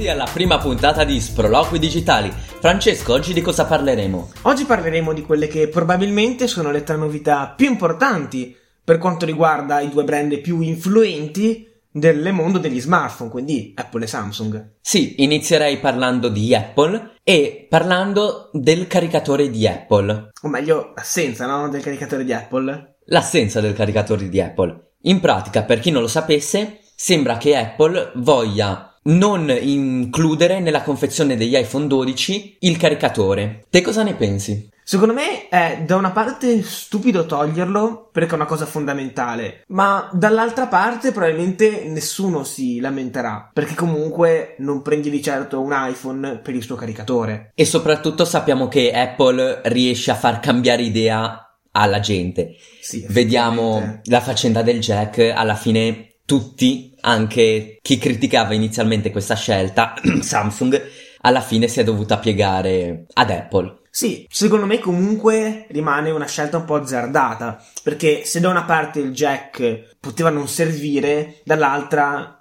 Benvenuti alla prima puntata di Sproloqui Digitali. Francesco, oggi di cosa parleremo? Oggi parleremo di quelle che probabilmente sono le 3 novità più importanti per quanto riguarda i 2 brand più influenti del mondo degli smartphone, quindi Apple e Samsung. Sì, inizierei parlando di Apple e parlando del caricatore di Apple. O meglio, l'assenza, no? Del caricatore di Apple. L'assenza del caricatore di Apple. In pratica, per chi non lo sapesse, sembra che Apple voglia non includere nella confezione degli iPhone 12 il caricatore. Te cosa ne pensi? Secondo me è da una parte stupido toglierlo perché è una cosa fondamentale, ma dall'altra parte probabilmente nessuno si lamenterà perché comunque non prendi di certo un iPhone per il suo caricatore. E soprattutto sappiamo che Apple riesce a far cambiare idea alla gente. Sì, vediamo la faccenda del jack, alla fine tutti, anche chi criticava inizialmente questa scelta, Samsung, alla fine si è dovuta piegare ad Apple. Sì, secondo me comunque rimane una scelta un po' azzardata, perché se da una parte il jack poteva non servire, dall'altra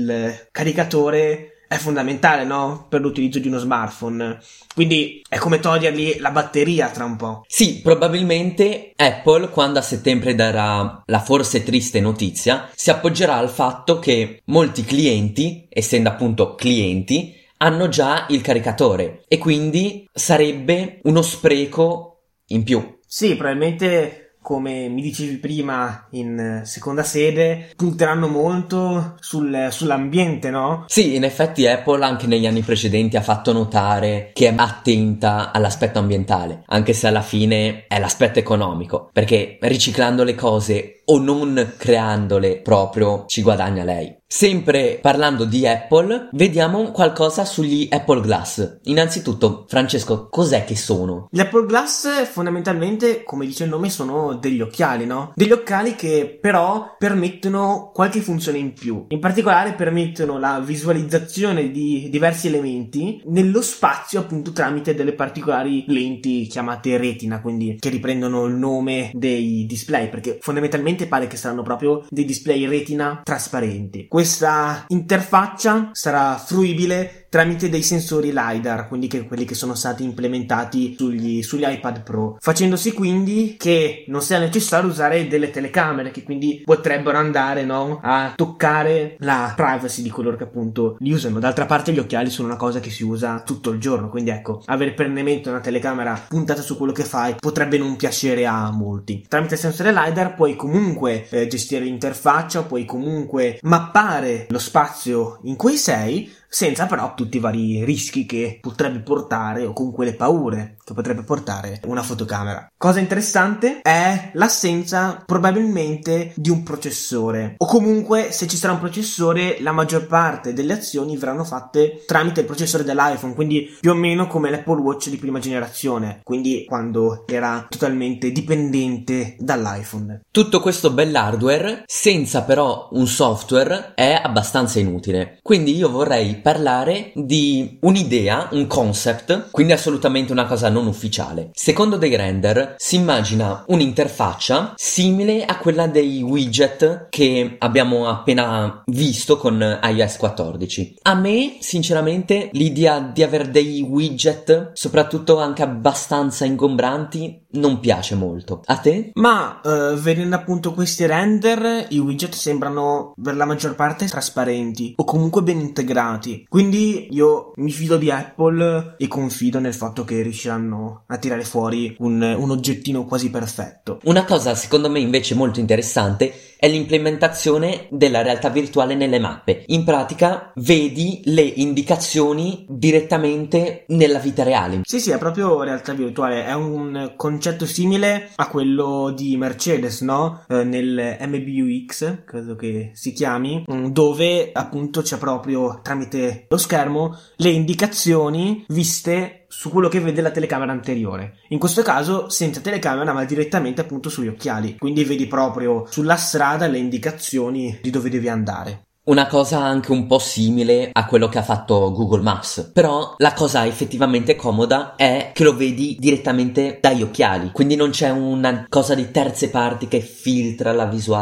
il caricatore è fondamentale, no? Per l'utilizzo di uno smartphone. Quindi è come togliergli la batteria tra un po'. Sì, probabilmente Apple, quando a settembre darà la forse triste notizia, si appoggerà al fatto che molti clienti, essendo appunto clienti, hanno già il caricatore e quindi sarebbe uno spreco in più. Sì, probabilmente, come mi dicevi prima in seconda sede, punteranno molto sull'ambiente, no? Sì, in effetti Apple anche negli anni precedenti ha fatto notare che è attenta all'aspetto ambientale, anche se alla fine è l'aspetto economico, perché riciclando le cose o non creandole proprio ci guadagna lei. Sempre parlando di Apple, vediamo qualcosa sugli Apple Glass. Innanzitutto, Francesco, cos'è che sono? Gli Apple Glass fondamentalmente, come dice il nome, sono degli occhiali, no? Degli occhiali che però permettono qualche funzione in più. In particolare permettono la visualizzazione di diversi elementi nello spazio, appunto tramite delle particolari lenti chiamate retina, quindi che riprendono il nome dei display, perché fondamentalmente pare che saranno proprio dei display retina trasparenti. Questa interfaccia sarà fruibile tramite dei sensori LiDAR, quindi quelli che sono stati implementati sugli iPad Pro, facendosi quindi che non sia necessario usare delle telecamere che quindi potrebbero andare, no, a toccare la privacy di coloro che appunto li usano. D'altra parte gli occhiali sono una cosa che si usa tutto il giorno, quindi ecco, avere perennemente una telecamera puntata su quello che fai potrebbe non piacere a molti. Tramite il sensore LiDAR puoi comunque gestire l'interfaccia, puoi comunque mappare lo spazio in cui sei, senza però tutti i vari rischi che potrebbe portare o comunque le paure che potrebbe portare una fotocamera. Cosa interessante è l'assenza probabilmente di un processore, o comunque se ci sarà un processore la maggior parte delle azioni verranno fatte tramite il processore dell'iPhone, quindi più o meno come l'Apple Watch di prima generazione, quindi quando era totalmente dipendente dall'iPhone. Tutto questo bell'hardware senza però un software è abbastanza inutile, quindi io vorrei parlare di un'idea, un concept, quindi assolutamente una cosa non ufficiale. Secondo dei render si immagina un'interfaccia simile a quella dei widget che abbiamo appena visto con iOS 14. A me, sinceramente, l'idea di avere dei widget, soprattutto anche abbastanza ingombranti, non piace molto. A te? Ma vedendo appunto questi render, i widget sembrano per la maggior parte trasparenti o comunque ben integrati, quindi io mi fido di Apple e confido nel fatto che riusciranno a tirare fuori un oggettino quasi perfetto. Una cosa secondo me invece molto interessante è l'implementazione della realtà virtuale nelle mappe. In pratica vedi le indicazioni direttamente nella vita reale. Sì, è proprio realtà virtuale, è un concetto simile a quello di Mercedes, no? Nel MBUX, credo che si chiami, dove appunto c'è proprio tramite lo schermo le indicazioni viste su quello che vede la telecamera anteriore. In questo caso senza telecamera ma direttamente appunto sugli occhiali, quindi vedi proprio sulla strada le indicazioni di dove devi andare. Una cosa anche un po' simile a quello che ha fatto Google Maps, però la cosa effettivamente comoda è che lo vedi direttamente dagli occhiali, quindi non c'è una cosa di terze parti che filtra la visuale.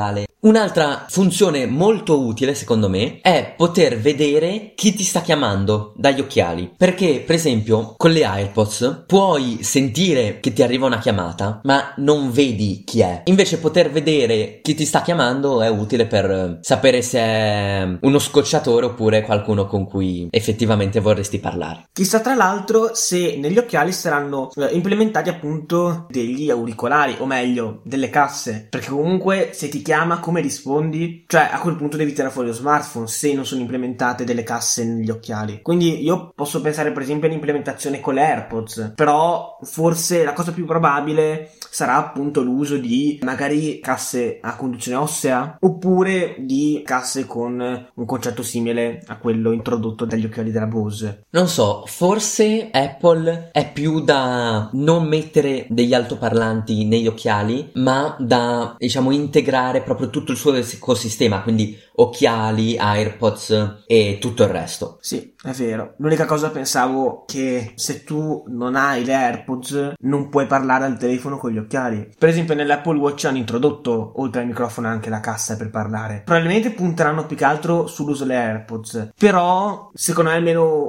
Un'altra funzione molto utile, secondo me, è poter vedere chi ti sta chiamando dagli occhiali. Perché, per esempio, con le AirPods puoi sentire che ti arriva una chiamata, ma non vedi chi è. Invece poter vedere chi ti sta chiamando è utile per sapere se è uno scocciatore oppure qualcuno con cui effettivamente vorresti parlare. Chissà tra l'altro se negli occhiali saranno implementati appunto degli auricolari, o meglio, delle casse, perché comunque se ti chiama come rispondi? Cioè a quel punto devi tirare fuori lo smartphone se non sono implementate delle casse negli occhiali. Quindi io posso pensare per esempio all'implementazione con le AirPods, però forse la cosa più probabile sarà appunto l'uso di magari casse a conduzione ossea oppure di casse con un concetto simile a quello introdotto dagli occhiali della Bose. Non so, forse Apple è più da non mettere degli altoparlanti negli occhiali, ma da, diciamo, integrare proprio tutto il suo ecosistema, quindi occhiali, AirPods e tutto il resto. Sì, è vero. L'unica cosa pensavo che se tu non hai le AirPods non puoi parlare al telefono con gli occhiali. Per esempio nell'Apple Watch hanno introdotto oltre al microfono anche la cassa per parlare. Probabilmente punteranno più che altro sull'uso delle AirPods, però secondo me almeno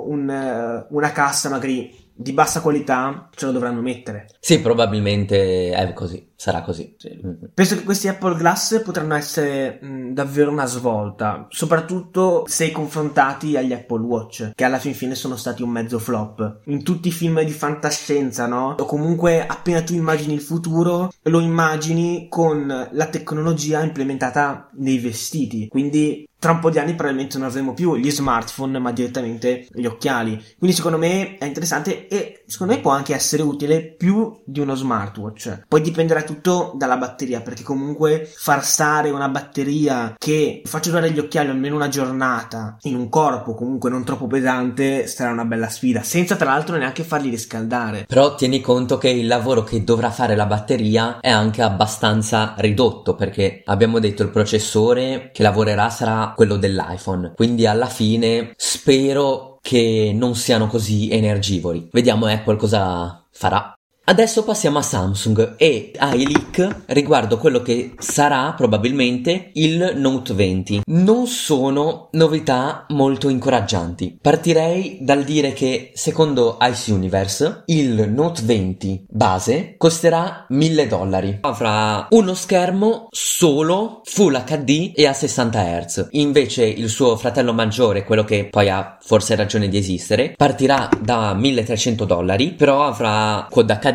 una cassa magari di bassa qualità ce lo dovranno mettere. Sì, probabilmente è così, sarà così. Sì. Penso che questi Apple Glass potranno essere davvero una svolta, soprattutto se confrontati agli Apple Watch, che alla fin fine sono stati un mezzo flop. In tutti i film di fantascienza, no? O comunque appena tu immagini il futuro, lo immagini con la tecnologia implementata nei vestiti, quindi tra un po' di anni probabilmente non avremo più gli smartphone ma direttamente gli occhiali. Quindi secondo me è interessante e secondo me può anche essere utile più di uno smartwatch. Poi dipenderà tutto dalla batteria, perché comunque far stare una batteria che faccia durare gli occhiali almeno una giornata in un corpo comunque non troppo pesante sarà una bella sfida, senza tra l'altro neanche farli riscaldare. Però tieni conto che il lavoro che dovrà fare la batteria è anche abbastanza ridotto, perché abbiamo detto il processore che lavorerà sarà quello dell'iPhone, quindi alla fine spero che non siano così energivori. Vediamo Apple cosa farà. Adesso passiamo a Samsung e ai leak riguardo quello che sarà probabilmente il Note 20. Non sono novità molto incoraggianti. Partirei dal dire che secondo Ice Universe il Note 20 base costerà $1.000. Avrà uno schermo solo Full HD e a 60 Hz. Invece il suo fratello maggiore, quello che poi ha forse ragione di esistere, partirà da $1.300, però avrà Quad HD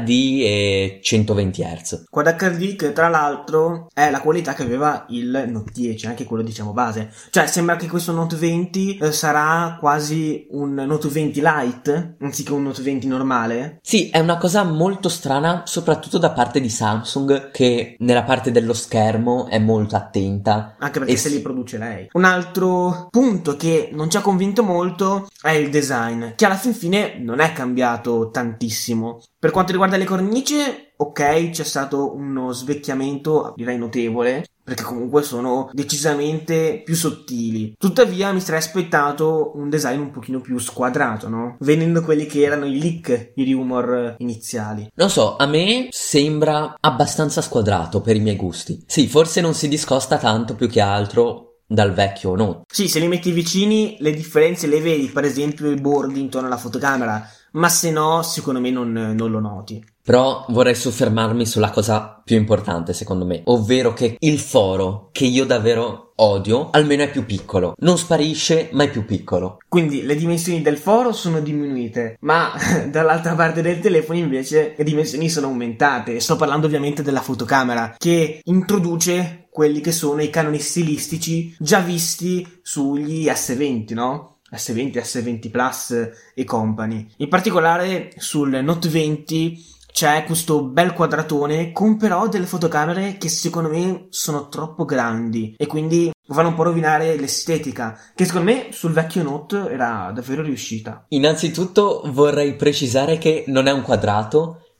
e 120 Hz. Quad HD che tra l'altro è la qualità che aveva il Note 10, anche quello diciamo base. Cioè sembra che questo Note 20 sarà quasi un Note 20 Lite anziché un Note 20 normale. Sì, è una cosa molto strana, soprattutto da parte di Samsung, che nella parte dello schermo è molto attenta. Anche perché se li produce lei. Un altro punto che non ci ha convinto molto è il design, che alla fin fine non è cambiato tantissimo. Per quanto riguarda le cornici, ok, c'è stato uno svecchiamento direi notevole, perché comunque sono decisamente più sottili. Tuttavia mi sarei aspettato un design un pochino più squadrato, no? Venendo quelli che erano i leak, i rumor iniziali. Non so, a me sembra abbastanza squadrato per i miei gusti. Sì, forse non si discosta tanto più che altro dal vecchio Note. Sì, se li metti vicini le differenze le vedi, per esempio i bordi intorno alla fotocamera, ma se no secondo me non lo noti. Però vorrei soffermarmi sulla cosa più importante secondo me, ovvero che il foro, che io davvero odio, almeno è più piccolo. Non sparisce, ma è più piccolo. Quindi le dimensioni del foro sono diminuite, ma dall'altra parte del telefono invece le dimensioni sono aumentate. Sto parlando ovviamente della fotocamera, che introduce quelli che sono i canoni stilistici già visti sugli S20, no? S20, S20 Plus e company. In particolare sul Note 20 c'è questo bel quadratone con però delle fotocamere che secondo me sono troppo grandi e quindi vanno un po' a rovinare l'estetica, che secondo me sul vecchio Note era davvero riuscita. Innanzitutto vorrei precisare che non è un quadrato,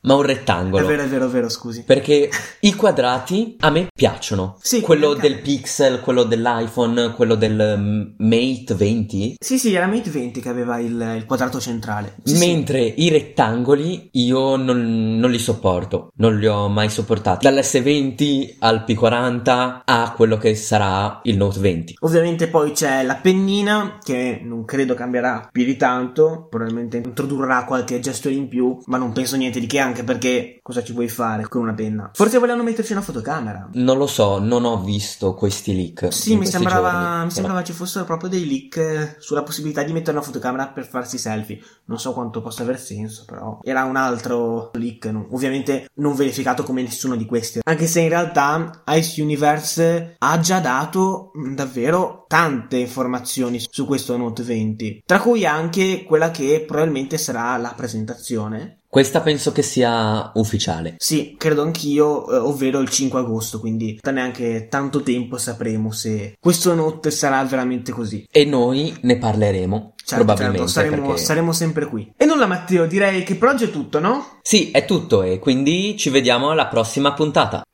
ma un rettangolo. È vero, scusi. Perché i quadrati a me piacciono. Sì, quello perché- del Pixel, quello dell'iPhone, quello del Mate 20. Sì, era Mate 20 che aveva il quadrato centrale. Sì, Mentre i rettangoli io non li sopporto, non li ho mai sopportati. Dall'S20 al P40 a quello che sarà il Note 20. Ovviamente poi c'è la pennina, che non credo cambierà più di tanto, probabilmente introdurrà qualche gesto in più, ma non penso niente di che, anche perché cosa ci vuoi fare con una penna? Forse volevano metterci una fotocamera. Non lo so, non ho visto questi leak. Sì, in mi questi sembrava giorni, ci fossero proprio dei leak sulla possibilità di mettere una fotocamera per farsi selfie. Non so quanto possa aver senso, però era un altro leak, ovviamente non verificato come nessuno di questi. Anche se in realtà Ice Universe ha già dato davvero tante informazioni su questo Note 20, tra cui anche quella che probabilmente sarà la presentazione. Questa penso che sia ufficiale. Sì, credo anch'io, ovvero il 5 agosto, quindi da neanche tanto tempo sapremo se questo Note sarà veramente così. E noi ne parleremo, probabilmente. Saremo sempre qui. E nulla Matteo, direi che per oggi è tutto, no? Sì, è tutto e quindi ci vediamo alla prossima puntata.